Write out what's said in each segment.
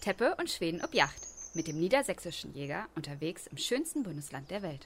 Teppe und Schweden ob Yacht mit dem niedersächsischen Jäger unterwegs im schönsten Bundesland der Welt.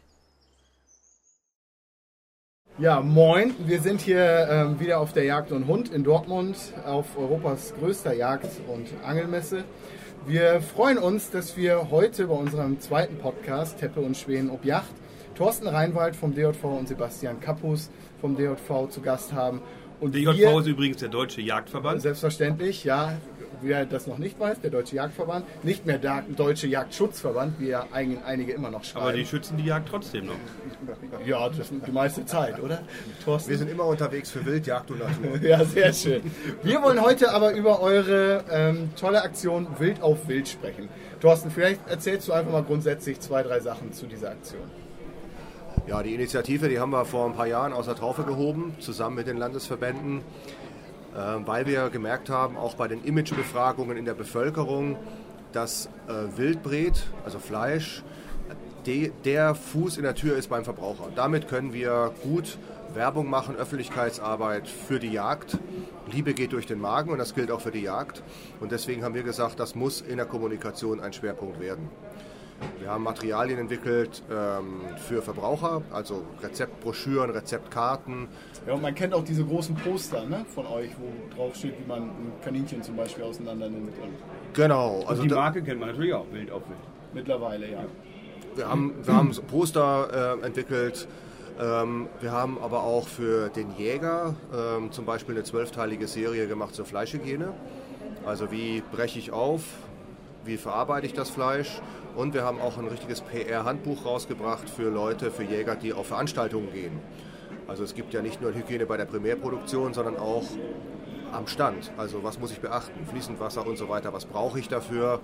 Ja, moin. Wir sind hier wieder auf der Jagd und Hund in Dortmund auf Europas größter Jagd- und Angelmesse. Wir freuen uns, dass wir heute bei unserem zweiten Podcast Teppe und Schweden ob Yacht Thorsten Reinwald vom DJV und Sebastian Kappus vom DJV zu Gast haben. Und DJV ist übrigens der Deutsche Jagdverband. Selbstverständlich, ja. Wer das noch nicht weiß, der Deutsche Jagdverband, nicht mehr der Deutsche Jagdschutzverband, wie ja einige immer noch schreiben. Aber die schützen die Jagd trotzdem noch. Ja, das ist die meiste Zeit, oder? Thorsten? Wir sind immer unterwegs für Wild, Jagd und Natur. Ja, sehr schön. Wir wollen heute aber über eure tolle Aktion Wild auf Wild sprechen. Thorsten, vielleicht erzählst du einfach mal grundsätzlich 2, 3 Sachen zu dieser Aktion. Ja, die Initiative, die haben wir vor ein paar Jahren aus der Taufe gehoben, zusammen mit den Landesverbänden, weil wir gemerkt haben, auch bei den Imagebefragungen in der Bevölkerung, dass Wildbret, also Fleisch, der Fuß in der Tür ist beim Verbraucher. Damit können wir gut Werbung machen, Öffentlichkeitsarbeit für die Jagd. Liebe geht durch den Magen und das gilt auch für die Jagd. Und deswegen haben wir gesagt, das muss in der Kommunikation ein Schwerpunkt werden. Wir haben Materialien entwickelt für Verbraucher, also Rezeptbroschüren, Rezeptkarten. Ja, und man kennt auch diese großen Poster, ne, von euch, wo drauf steht, wie man ein Kaninchen zum Beispiel auseinander nimmt. Genau. Also die Marke kennt man natürlich auch, Wild auf Wild. Mittlerweile, ja. Wir haben so Poster entwickelt. Wir haben aber auch für den Jäger zum Beispiel eine 12-teilige Serie gemacht zur Fleischhygiene. Also wie breche ich auf, wie verarbeite ich das Fleisch. Und wir haben auch ein richtiges PR-Handbuch rausgebracht für Leute, für Jäger, die auf Veranstaltungen gehen. Also es gibt ja nicht nur Hygiene bei der Primärproduktion, sondern auch am Stand. Also was muss ich beachten? Fließend Wasser und so weiter. Was brauche ich dafür?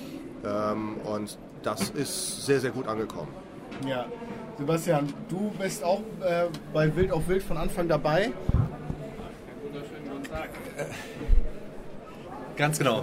Und das ist sehr, sehr gut angekommen. Ja, Sebastian, du bist auch bei Wild auf Wild von Anfang dabei. Wunderschönen guten Tag. Ganz genau.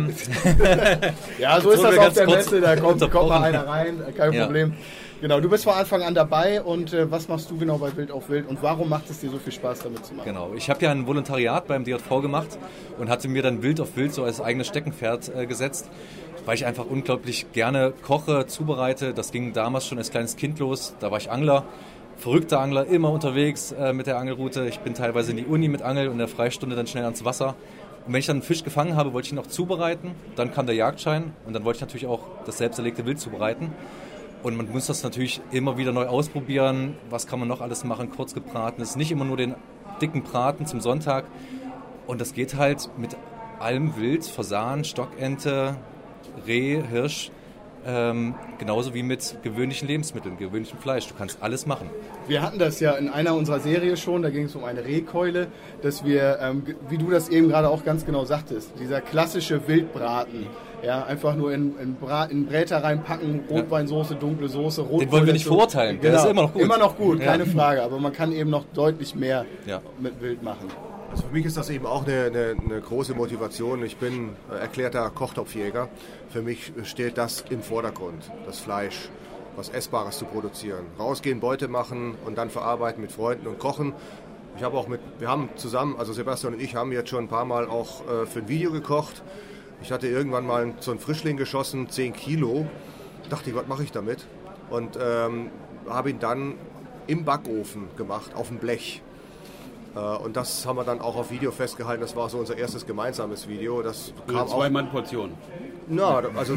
Ja, so ist das auf der Messe, da kommt mal einer rein, kein Problem. Genau, du bist von Anfang an dabei und was machst du genau bei Wild auf Wild und warum macht es dir so viel Spaß, damit zu machen? Genau, ich habe ja ein Volontariat beim DJV gemacht und hatte mir dann Wild auf Wild so als eigenes Steckenpferd gesetzt, weil ich einfach unglaublich gerne koche, zubereite. Das ging damals schon als kleines Kind los, da war ich Angler. Verrückter Angler, immer unterwegs mit der Angelrute. Ich bin teilweise in die Uni mit Angel und in der Freistunde dann schnell ans Wasser. Und wenn ich dann einen Fisch gefangen habe, wollte ich ihn auch zubereiten. Dann kam der Jagdschein und dann wollte ich natürlich auch das selbst erlegte Wild zubereiten. Und man muss das natürlich immer wieder neu ausprobieren. Was kann man noch alles machen? Kurz gebraten. Es ist nicht immer nur den dicken Braten zum Sonntag. Und das geht halt mit allem Wild, Fasan, Stockente, Reh, Hirsch. Genauso wie mit gewöhnlichen Lebensmitteln, gewöhnlichem Fleisch. Du kannst alles machen. Wir hatten das ja in einer unserer Serie schon, da ging es um eine Rehkeule, dass wir, wie du das eben gerade auch ganz genau sagtest, dieser klassische Wildbraten, ja, einfach nur in Bräter reinpacken, Rotweinsoße, dunkle Soße, Rotkohl. Den wollen wir nicht verurteilen, genau, der ist immer noch gut. Immer noch gut, keine Frage, aber man kann eben noch deutlich mehr mit Wild machen. Also für mich ist das eben auch eine große Motivation. Ich bin erklärter Kochtopfjäger. Für mich steht das im Vordergrund, das Fleisch, was Essbares zu produzieren. Rausgehen, Beute machen und dann verarbeiten mit Freunden und kochen. Wir haben zusammen, also Sebastian und ich haben jetzt schon ein paar Mal auch für ein Video gekocht. Ich hatte irgendwann mal so einen Frischling geschossen, 10 Kilo. Dachte ich, was mache ich damit? Und habe ihn dann im Backofen gemacht, auf dem Blech. Und das haben wir dann auch auf Video festgehalten. Das war so unser erstes gemeinsames Video. Das kam 2 Mann Portionen. Na, also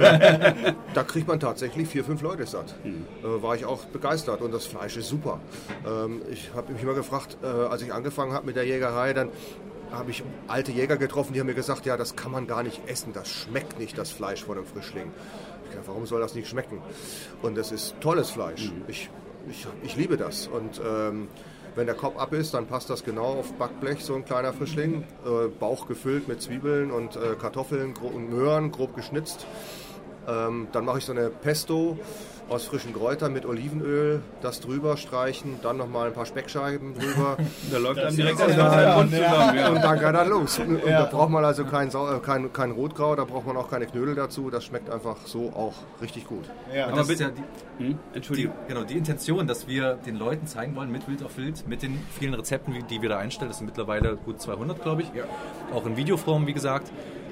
da kriegt man tatsächlich 4, 5 Leute satt. War ich auch begeistert und das Fleisch ist super. Ich habe mich immer gefragt, als ich angefangen habe mit der Jägerei, dann habe ich alte Jäger getroffen, die haben mir gesagt, ja, das kann man gar nicht essen, das schmeckt nicht, das Fleisch von einem Frischling. Ich dachte, warum soll das nicht schmecken? Und das ist tolles Fleisch. Ich liebe das und wenn der Kopf ab ist, dann passt das genau auf Backblech, so ein kleiner Frischling. Bauch gefüllt mit Zwiebeln und Kartoffeln und Möhren, grob geschnitzt. Dann mache ich so eine Pesto aus frischen Kräutern mit Olivenöl, das drüber streichen, dann nochmal ein paar Speckscheiben drüber. Da läuft einem direkt das Wasser im Mund zusammen. Ja. Und dann geht das los. Und da braucht man also kein Rotkraut, da braucht man auch keine Knödel dazu. Das schmeckt einfach so auch richtig gut. Ja, aber das ist ja die Intention, dass wir den Leuten zeigen wollen, mit Wild auf Wild, mit den vielen Rezepten, die wir da einstellen. Das sind mittlerweile gut 200, glaube ich. Ja. Auch in Videoform, wie gesagt.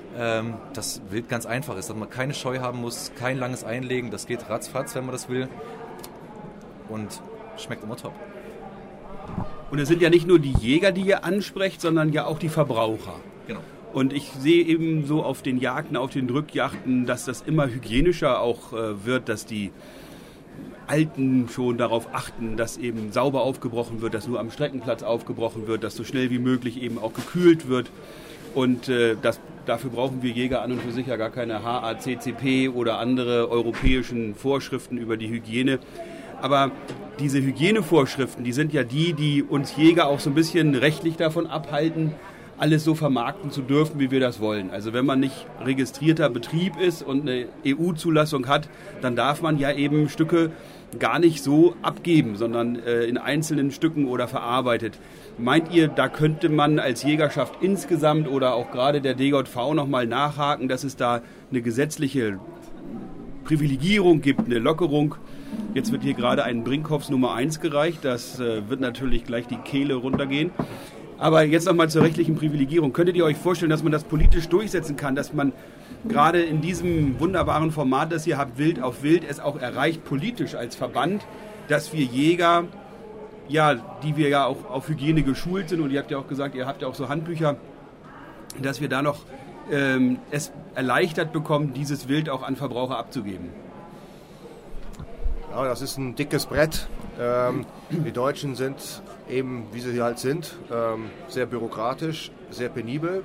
das Wild ganz einfach ist, dass man keine Scheu haben muss, kein langes Einlegen, das geht ratzfatz, wenn man das will und schmeckt immer top. Und es sind ja nicht nur die Jäger, die ihr ansprecht, sondern ja auch die Verbraucher. Genau. Und ich sehe eben so auf den Jagden, auf den Drückjachten, dass das immer hygienischer auch wird, dass die Alten schon darauf achten, dass eben sauber aufgebrochen wird, dass nur am Streckenplatz aufgebrochen wird, dass so schnell wie möglich eben auch gekühlt wird. Und dafür brauchen wir Jäger an und für sich ja gar keine HACCP oder andere europäischen Vorschriften über die Hygiene. Aber diese Hygienevorschriften, die sind ja die uns Jäger auch so ein bisschen rechtlich davon abhalten, alles so vermarkten zu dürfen, wie wir das wollen. Also wenn man nicht registrierter Betrieb ist und eine EU-Zulassung hat, dann darf man ja eben Stücke gar nicht so abgeben, sondern in einzelnen Stücken oder verarbeitet. Meint ihr, da könnte man als Jägerschaft insgesamt oder auch gerade der DJV nochmal nachhaken, dass es da eine gesetzliche Privilegierung gibt, eine Lockerung? Jetzt wird hier gerade ein Brinkhoffs Nummer 1 gereicht. Das wird natürlich gleich die Kehle runtergehen. Aber jetzt nochmal zur rechtlichen Privilegierung. Könntet ihr euch vorstellen, dass man das politisch durchsetzen kann, dass man gerade in diesem wunderbaren Format, das ihr habt, Wild auf Wild, es auch erreicht, politisch als Verband, dass wir Jäger, ja, die wir ja auch auf Hygiene geschult sind, und ihr habt ja auch gesagt, ihr habt ja auch so Handbücher, dass wir da noch es erleichtert bekommen, dieses Wild auch an Verbraucher abzugeben? Ja, das ist ein dickes Brett. Die Deutschen sind eben, wie sie halt sind, sehr bürokratisch, sehr penibel.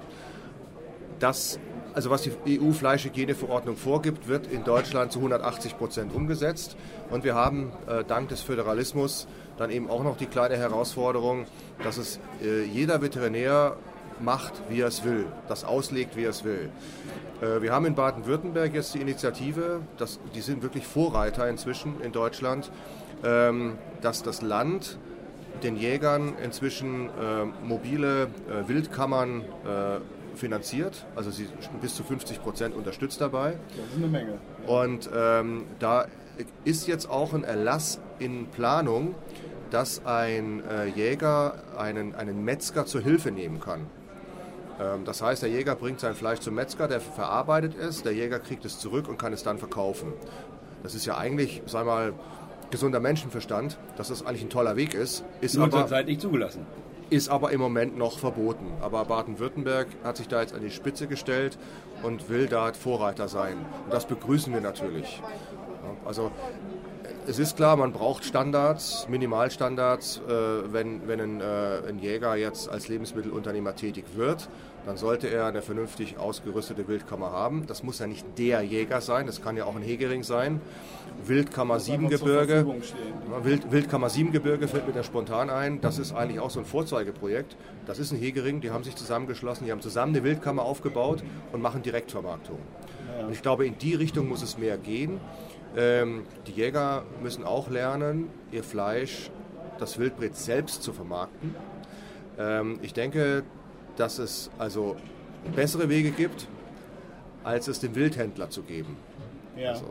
Also was die EU-Fleischhygieneverordnung vorgibt, wird in Deutschland zu 180% umgesetzt. Und wir haben dank des Föderalismus dann eben auch noch die kleine Herausforderung, dass es jeder Veterinär macht, wie er es will, das auslegt, wie er es will. Wir haben in Baden-Württemberg jetzt die Initiative, die sind wirklich Vorreiter inzwischen in Deutschland, dass das Land den Jägern inzwischen mobile Wildkammern finanziert, also sie bis zu 50% unterstützt dabei. Das ist eine Menge. Und da ist jetzt auch ein Erlass in Planung, dass ein Jäger einen Metzger zur Hilfe nehmen kann. Das heißt, der Jäger bringt sein Fleisch zum Metzger, der verarbeitet es, der Jäger kriegt es zurück und kann es dann verkaufen. Das ist ja eigentlich, sag mal, gesunder Menschenverstand, dass das eigentlich ein toller Weg ist. Ist nur aber zurzeit nicht zugelassen. Ist aber im Moment noch verboten. Aber Baden-Württemberg hat sich da jetzt an die Spitze gestellt und will da Vorreiter sein. Und das begrüßen wir natürlich. Ja, also es ist klar, man braucht Standards, Minimalstandards. Wenn ein Jäger jetzt als Lebensmittelunternehmer tätig wird, dann sollte er eine vernünftig ausgerüstete Wildkammer haben. Das muss ja nicht der Jäger sein, das kann ja auch ein Hegering sein. Wildkammer Siebengebirge. Wildkammer Siebengebirge fällt mir da spontan ein. Das ist eigentlich auch so ein Vorzeigeprojekt. Das ist ein Hegering, die haben sich zusammengeschlossen, die haben zusammen eine Wildkammer aufgebaut und machen Direktvermarktung. Und ich glaube, in die Richtung muss es mehr gehen. Die Jäger müssen auch lernen, ihr Fleisch, das Wildbret selbst zu vermarkten. Ich denke, dass es also bessere Wege gibt, als es dem Wildhändler zu geben. Ja. Also,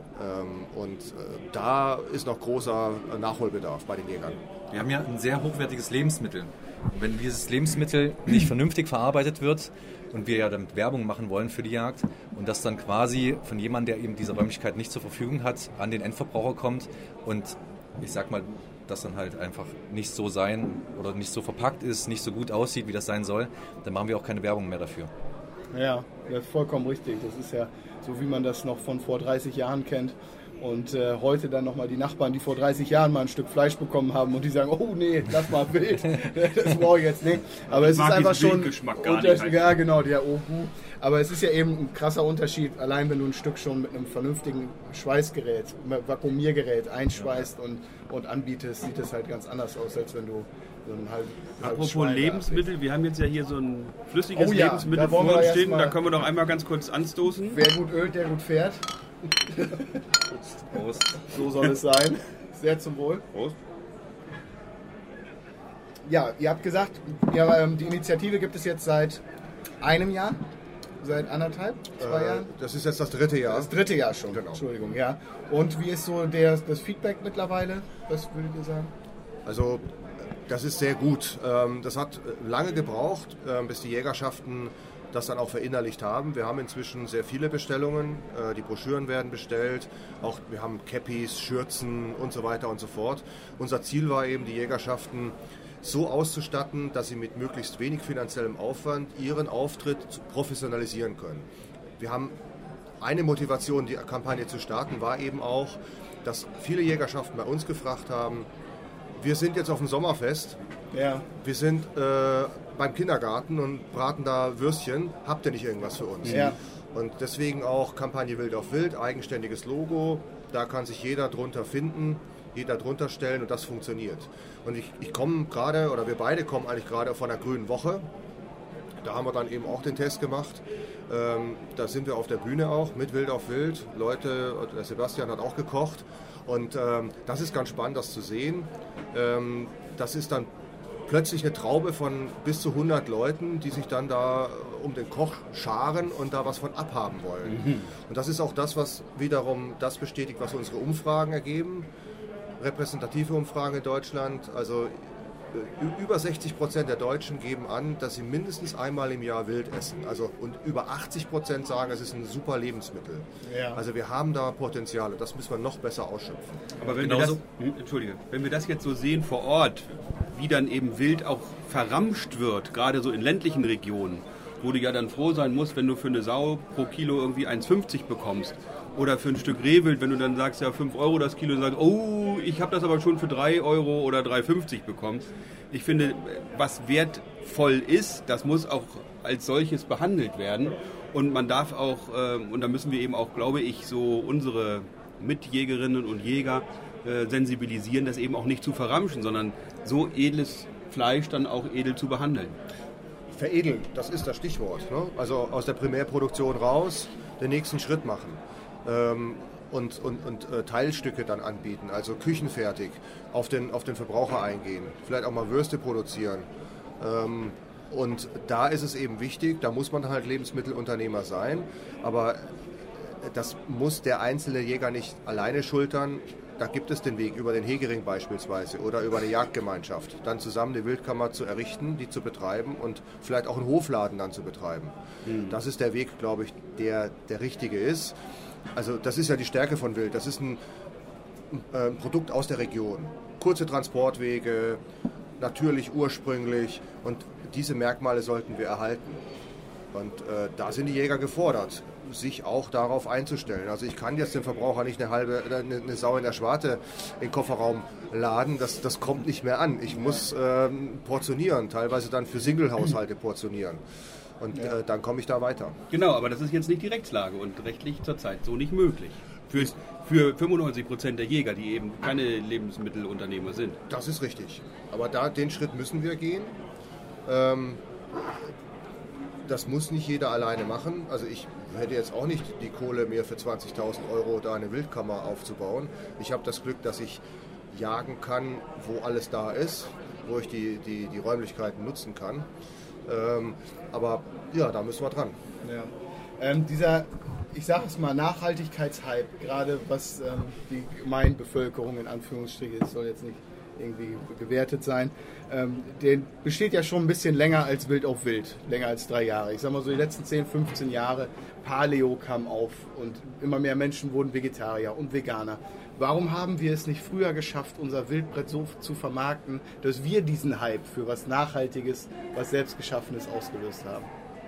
da ist noch großer Nachholbedarf bei den Jägern. Wir haben ja ein sehr hochwertiges Lebensmittel. Und wenn dieses Lebensmittel nicht vernünftig verarbeitet wird und wir ja damit Werbung machen wollen für die Jagd und das dann quasi von jemandem, der eben diese Räumlichkeit nicht zur Verfügung hat, an den Endverbraucher kommt und ich sag mal, das dann halt einfach nicht so sein oder nicht so verpackt ist, nicht so gut aussieht, wie das sein soll, dann machen wir auch keine Werbung mehr dafür. Ja, das ist vollkommen richtig. Das ist ja so, wie man das noch von vor 30 Jahren kennt. Und heute dann nochmal die Nachbarn, die vor 30 Jahren mal ein Stück Fleisch bekommen haben und die sagen, oh nee, lass mal wild, das brauche ich jetzt nicht. Aber es ist einfach schon ja genau, der Obu. Aber es ist ja eben ein krasser Unterschied, allein wenn du ein Stück schon mit einem vernünftigen Schweißgerät, Vakuumiergerät einschweißt und anbietest, sieht es halt ganz anders aus, als wenn du so ein halb Apropos Schwein Lebensmittel, wir haben jetzt ja hier so ein flüssiges Lebensmittel vor uns stehen, da können wir doch einmal ganz kurz anstoßen. Wer gut ölt, der gut fährt. Prost. So soll es sein. Sehr zum Wohl. Prost. Ja, ihr habt gesagt, die Initiative gibt es jetzt seit einem Jahr, seit 1,5, 2 Jahren? Das ist jetzt das 3. Jahr. Das 3. Jahr schon, genau. Entschuldigung, ja. Und wie ist so das Feedback mittlerweile? Was würdet ihr sagen? Also das ist sehr gut. Das hat lange gebraucht, bis die Jägerschaften das dann auch verinnerlicht haben. Wir haben inzwischen sehr viele Bestellungen, die Broschüren werden bestellt, auch wir haben Cappies, Schürzen und so weiter und so fort. Unser Ziel war eben, die Jägerschaften so auszustatten, dass sie mit möglichst wenig finanziellem Aufwand ihren Auftritt professionalisieren können. Wir haben eine Motivation, die Kampagne zu starten, war eben auch, dass viele Jägerschaften bei uns gefragt haben, wir sind jetzt auf dem Sommerfest, wir sind beim Kindergarten und braten da Würstchen, habt ihr nicht irgendwas für uns? Ja. Und deswegen auch Kampagne Wild auf Wild, eigenständiges Logo, da kann sich jeder drunter finden, jeder drunter stellen und das funktioniert. Und ich komme gerade, oder wir beide kommen eigentlich gerade von der Grünen Woche. Da haben wir dann eben auch den Test gemacht. Da sind wir auf der Bühne auch mit Wild auf Wild. Leute, der Sebastian hat auch gekocht. Und das ist ganz spannend, das zu sehen. Das ist dann plötzlich eine Traube von bis zu 100 Leuten, die sich dann da um den Koch scharen und da was von abhaben wollen. Und das ist auch das, was wiederum das bestätigt, was unsere Umfragen ergeben. Repräsentative Umfragen in Deutschland, also über 60% der Deutschen geben an, dass sie mindestens einmal im Jahr wild essen. Also, und über 80% sagen, es ist ein super Lebensmittel. Ja. Also wir haben da Potenziale, das müssen wir noch besser ausschöpfen. Aber wenn wir das jetzt so sehen vor Ort, wie dann eben Wild auch verramscht wird, gerade so in ländlichen Regionen, wo du ja dann froh sein musst, wenn du für eine Sau pro Kilo irgendwie 1,50 bekommst. Oder für ein Stück Rehwild, wenn du dann sagst, ja 5 Euro das Kilo, und sagst, oh, ich habe das aber schon für 3 Euro oder 3,50 bekommen. Ich finde, was wertvoll ist, das muss auch als solches behandelt werden. Und man darf auch, und da müssen wir eben auch, glaube ich, so unsere Mitjägerinnen und Jäger sensibilisieren, das eben auch nicht zu verramschen, sondern so edles Fleisch dann auch edel zu behandeln. Veredeln, das ist das Stichwort. Ne? Also aus der Primärproduktion raus, den nächsten Schritt machen. Und Teilstücke dann anbieten, also küchenfertig, auf den Verbraucher eingehen, vielleicht auch mal Würste produzieren. Und da ist es eben wichtig, da muss man halt Lebensmittelunternehmer sein, aber das muss der einzelne Jäger nicht alleine schultern. Da gibt es den Weg über den Hegering beispielsweise oder über eine Jagdgemeinschaft, dann zusammen eine Wildkammer zu errichten, die zu betreiben und vielleicht auch einen Hofladen dann zu betreiben. Das ist der Weg, glaube ich, der richtige ist. Also das ist ja die Stärke von Wild. Das ist ein Produkt aus der Region. Kurze Transportwege, natürlich ursprünglich und diese Merkmale sollten wir erhalten. Und da sind die Jäger gefordert, sich auch darauf einzustellen. Also ich kann jetzt dem Verbraucher nicht eine Sau in der Schwarte in den Kofferraum laden, das kommt nicht mehr an. Ich muss portionieren, teilweise dann für Single-Haushalte portionieren. Und dann komme ich da weiter. Genau, aber das ist jetzt nicht die Rechtslage und rechtlich zurzeit so nicht möglich. Für 95% der Jäger, die eben keine Lebensmittelunternehmer sind. Das ist richtig. Aber den Schritt müssen wir gehen. Das muss nicht jeder alleine machen. Also ich hätte jetzt auch nicht die Kohle, mir für 20.000 Euro da eine Wildkammer aufzubauen. Ich habe das Glück, dass ich jagen kann, wo alles da ist, wo ich die Räumlichkeiten nutzen kann. Aber ja, da müssen wir dran. Ja. Dieser, ich sage es mal, Nachhaltigkeitshype, gerade was die Gemeinbevölkerung in Anführungsstrichen, das soll jetzt nicht irgendwie gewertet sein, der besteht ja schon ein bisschen länger als Wild auf Wild, länger als 3 Jahre. Ich sage mal so die letzten 10, 15 Jahre, Paleo kam auf und immer mehr Menschen wurden Vegetarier und Veganer. Warum haben wir es nicht früher geschafft, unser Wildbrett so zu vermarkten, dass wir diesen Hype für was Nachhaltiges, was Selbstgeschaffenes ausgelöst haben?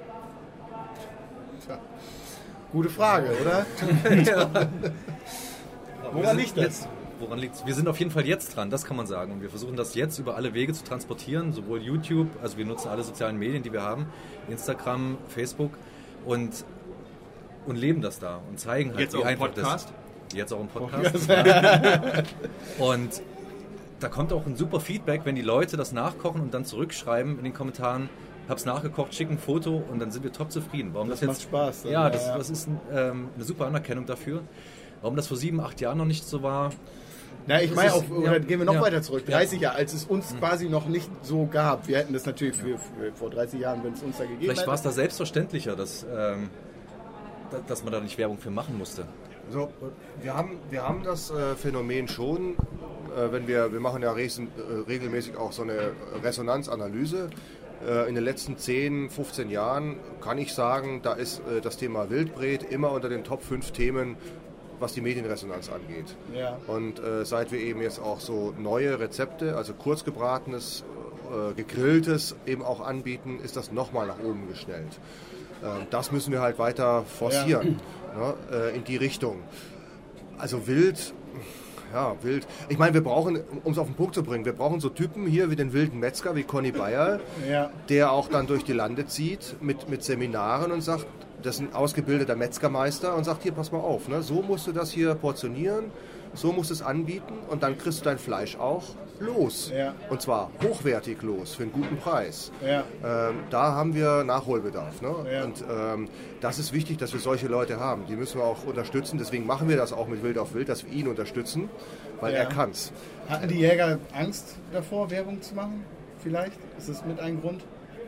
Tja, gute Frage, oder? Ja. Woran liegt das? Woran liegt's? Wir sind auf jeden Fall jetzt dran, das kann man sagen. Und wir versuchen das jetzt über alle Wege zu transportieren, sowohl YouTube, also wir nutzen alle sozialen Medien, die wir haben, Instagram, Facebook und leben das da und zeigen halt, jetzt wie einfach Podcast? das. Jetzt auch im Podcast. Und da kommt auch ein super Feedback, wenn die Leute das nachkochen und dann zurückschreiben in den Kommentaren, hab's nachgekocht, schick ein Foto und dann sind wir top zufrieden. Warum das macht Spaß. Dann. Ja, das ist eine super Anerkennung dafür. Warum das vor 7, 8 Jahren noch nicht so war. Na, ich meine, gehen wir noch weiter zurück. 30 Jahre, als es uns quasi noch nicht so gab. Wir hätten das natürlich vor 30 Jahren, wenn es uns da gegeben hätte. Vielleicht war es da selbstverständlicher, dass man da nicht Werbung für machen musste. So, wir haben das Phänomen schon, wir machen ja regelmäßig auch so eine Resonanzanalyse. In den letzten 10, 15 Jahren kann ich sagen, da ist das Thema Wildbret immer unter den Top 5 Themen, was die Medienresonanz angeht. Ja. Und seit wir eben jetzt auch so neue Rezepte, also kurzgebratenes, gegrilltes eben auch anbieten, ist das nochmal nach oben geschnellt. Das müssen wir halt weiter forcieren, in die Richtung. Also wild. Ich meine, wir brauchen, um es auf den Punkt zu bringen, wir brauchen so Typen hier wie den wilden Metzger, wie Conny Bayer, der auch dann durch die Lande zieht mit Seminaren und sagt, das ist ein ausgebildeter Metzgermeister und sagt, hier, pass mal auf, ne, so musst du das hier portionieren, so musst du es anbieten und dann kriegst du dein Fleisch auch los. Ja. Und zwar hochwertig los, für einen guten Preis. Ja. Da haben wir Nachholbedarf. Ne? Ja. Und das ist wichtig, dass wir solche Leute haben. Die müssen wir auch unterstützen. Deswegen machen wir das auch mit Wild auf Wild, dass wir ihn unterstützen, weil er kann's. Hatten die Jäger Angst davor, Werbung zu machen? Vielleicht? Ist das mit ein Grund?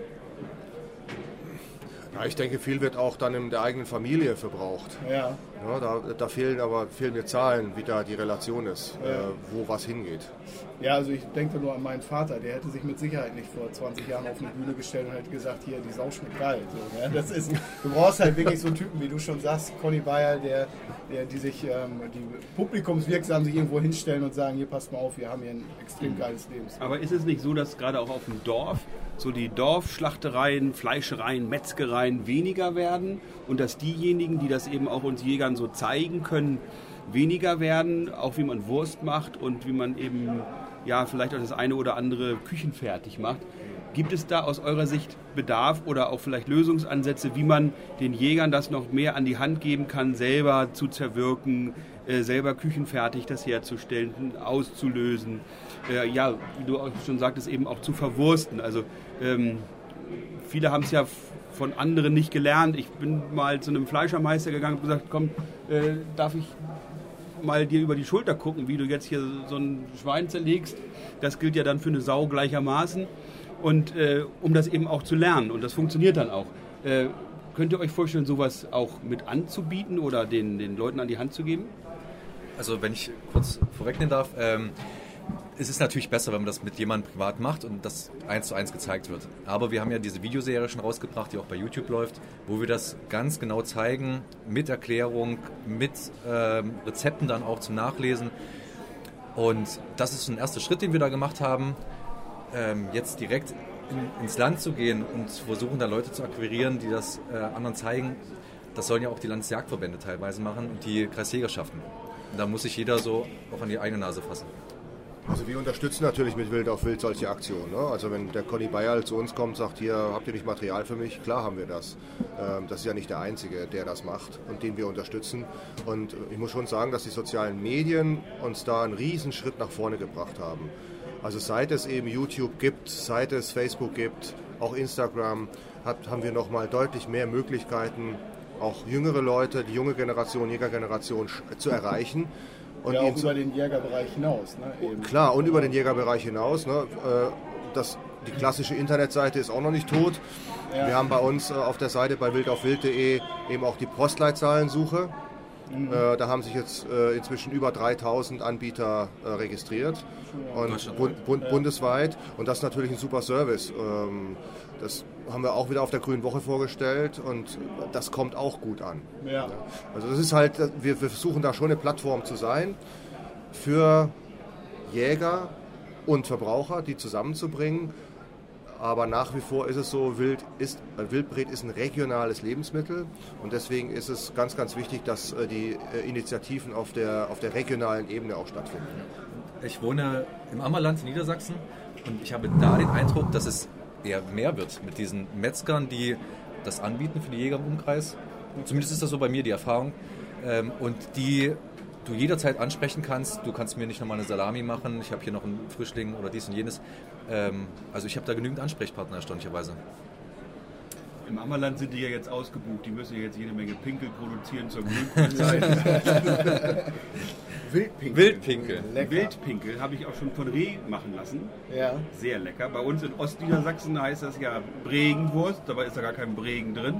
Ja, ich denke, viel wird auch dann in der eigenen Familie verbraucht. Ja. Ja, da fehlen mir Zahlen, wie da die Relation ist, wo was hingeht. Ja, also ich denke nur an meinen Vater, der hätte sich mit Sicherheit nicht vor 20 Jahren auf eine Bühne gestellt und hätte gesagt, hier, die Sau schmeckt geil. So, ja, du brauchst halt wirklich so einen Typen, wie du schon sagst, Conny Bayer, die publikumswirksam sich irgendwo hinstellen und sagen, hier, passt mal auf, wir haben hier ein extrem geiles Leben. Aber ist es nicht so, dass gerade auch auf dem Dorf so die Dorfschlachtereien, Fleischereien, Metzgereien weniger werden und dass diejenigen, die das eben auch uns Jägern so zeigen können, weniger werden, auch wie man Wurst macht und wie man eben vielleicht auch das eine oder andere küchenfertig macht. Gibt es da aus eurer Sicht Bedarf oder auch vielleicht Lösungsansätze, wie man den Jägern das noch mehr an die Hand geben kann, selber zu zerwirken, selber küchenfertig das herzustellen, auszulösen, wie du auch schon sagtest, eben auch zu verwursten. Also viele haben es ja von anderen nicht gelernt. Ich bin mal zu einem Fleischermeister gegangen und gesagt, komm, darf ich mal dir über die Schulter gucken, wie du jetzt hier so ein Schwein zerlegst. Das gilt ja dann für eine Sau gleichermaßen. Und um das eben auch zu lernen. Und das funktioniert dann auch. Könnt ihr euch vorstellen, sowas auch mit anzubieten oder den Leuten an die Hand zu geben? Also wenn ich kurz vorwegnehmen darf, es ist natürlich besser, wenn man das mit jemandem privat macht und das 1:1 gezeigt wird. Aber wir haben ja diese Videoserie schon rausgebracht, die auch bei YouTube läuft, wo wir das ganz genau zeigen, mit Erklärung, mit Rezepten dann auch zum Nachlesen. Und das ist ein erster Schritt, den wir da gemacht haben, jetzt direkt ins Land zu gehen und versuchen, da Leute zu akquirieren, die das anderen zeigen. Das sollen ja auch die Landesjagdverbände teilweise machen und die Kreisjägerschaften. Und da muss sich jeder so auch an die eigene Nase fassen. Also wir unterstützen natürlich mit Wild auf Wild solche Aktionen. Ne? Also wenn der Conny Bayer zu uns kommt und sagt, hier, habt ihr nicht Material für mich? Klar haben wir das. Das ist ja nicht der Einzige, der das macht und den wir unterstützen. Und ich muss schon sagen, dass die sozialen Medien uns da einen riesen Schritt nach vorne gebracht haben. Also seit es eben YouTube gibt, seit es Facebook gibt, auch Instagram, haben wir nochmal deutlich mehr Möglichkeiten, auch jüngere Leute, die junge Generation, Jägergeneration zu erreichen. Und ja, auch über den Jägerbereich hinaus. Ne? Eben. Klar, und über den Jägerbereich hinaus. Ne? Die klassische Internetseite ist auch noch nicht tot. Ja. Wir haben bei uns auf der Seite bei wildaufwild.de eben auch die Postleitzahlensuche. Mhm. Da haben sich jetzt inzwischen über 3000 Anbieter registriert und bundesweit. Und das ist natürlich ein super Service. Das haben wir auch wieder auf der Grünen Woche vorgestellt und das kommt auch gut an. Ja. Also das ist halt, wir versuchen da schon eine Plattform zu sein für Jäger und Verbraucher, die zusammenzubringen. Aber nach wie vor ist es so, Wildbret ist ein regionales Lebensmittel und deswegen ist es ganz, ganz wichtig, dass die Initiativen auf der regionalen Ebene auch stattfinden. Ich wohne im Ammerland in Niedersachsen und ich habe da den Eindruck, dass es eher mehr wird mit diesen Metzgern, die das anbieten für die Jäger im Umkreis. Zumindest ist das so bei mir die Erfahrung. Und die du jederzeit ansprechen kannst. Du kannst mir nicht nochmal eine Salami machen, ich habe hier noch einen Frischling oder dies und jenes. Also ich habe da genügend Ansprechpartner, erstaunlicherweise. Im Ammerland sind die ja jetzt ausgebucht, die müssen ja jetzt jede Menge Pinkel produzieren zur Grünkohlzeit. Wildpinkel. Wildpinkel habe ich auch schon von Reh machen lassen. Ja. Sehr lecker. Bei uns in Ostniedersachsen heißt das ja Bregenwurst, dabei ist da gar kein Bregen drin.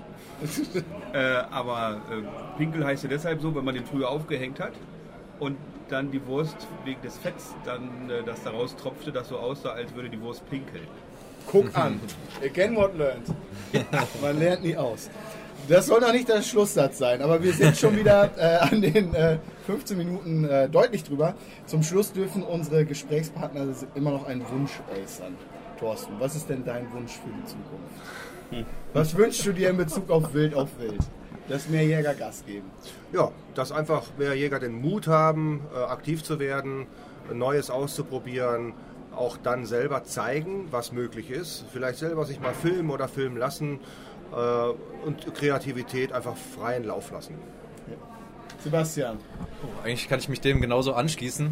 Aber Pinkel heißt ja deshalb so, wenn man den früher aufgehängt hat und dann die Wurst wegen des Fetts, dann, das daraus tropfte, das so aussah, als würde die Wurst pinkeln. Guck an. Again what learned. Man lernt nie aus. Das soll noch nicht der Schlusssatz sein, aber wir sind schon wieder an den 15 Minuten deutlich drüber. Zum Schluss dürfen unsere Gesprächspartner immer noch einen Wunsch äußern. Thorsten, was ist denn dein Wunsch für die Zukunft? Was wünschst du dir in Bezug auf Wild auf Wild? Dass mehr Jäger Gas geben. Ja, dass einfach mehr Jäger den Mut haben, aktiv zu werden, Neues auszuprobieren, auch dann selber zeigen, was möglich ist. Vielleicht selber sich mal filmen oder filmen lassen und Kreativität einfach freien Lauf lassen. Sebastian. Eigentlich kann ich mich dem genauso anschließen.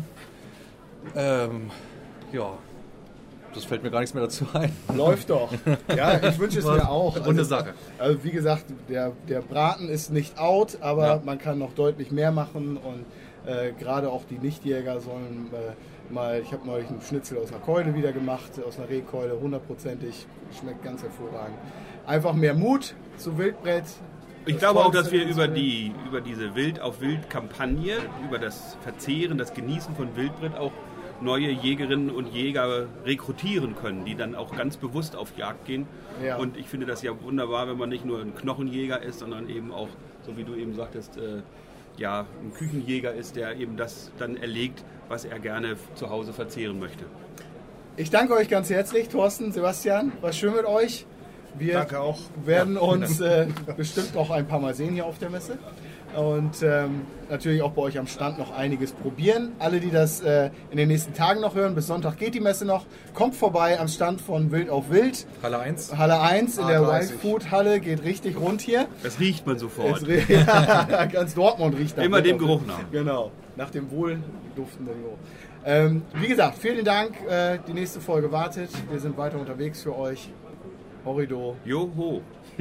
Ja, das fällt mir gar nichts mehr dazu ein. Läuft doch. Ja, ich wünsche es mir auch. Runde Sache. Also wie gesagt, der Braten ist nicht out, aber Ja. man kann noch deutlich mehr machen und gerade auch die Nichtjäger sollen mal, ich habe neulich einen Schnitzel aus einer Keule wieder gemacht, aus einer Rehkeule, 100%ig, schmeckt ganz hervorragend. Einfach mehr Mut zu Wildbrett. Ich glaube auch, dass wir über diese Wild-auf-Wild-Kampagne, über das Verzehren, das Genießen von Wildbrett auch neue Jägerinnen und Jäger rekrutieren können, die dann auch ganz bewusst auf Jagd gehen. Ja. Und ich finde das ja wunderbar, wenn man nicht nur ein Knochenjäger ist, sondern eben auch, so wie du eben sagtest, ein Küchenjäger ist, der eben das dann erlegt, was er gerne zu Hause verzehren möchte. Ich danke euch ganz herzlich, Thorsten, Sebastian, war schön mit euch. Wir Danke auch. werden uns bestimmt auch ein paar Mal sehen hier auf der Messe und natürlich auch bei euch am Stand noch einiges probieren. Alle, die das in den nächsten Tagen noch hören, bis Sonntag geht die Messe noch, kommt vorbei am Stand von Wild auf Wild. Halle 1. Halle 1 in der A30. Wild Food Halle, geht richtig rund hier. Das riecht man sofort. Ja, ganz Dortmund riecht nach Immer Wild dem auf Geruch Wild. nach. Genau, nach dem wohlduftenden Geruch. Wie gesagt, vielen Dank. Die nächste Folge wartet. Wir sind weiter unterwegs für euch. Horrido. Joho.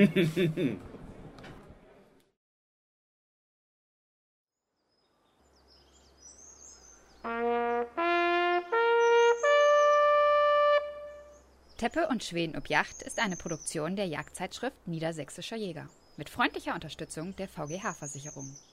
Teppe und Schweden ob Yacht ist eine Produktion der Jagdzeitschrift Niedersächsischer Jäger mit freundlicher Unterstützung der VGH-Versicherung.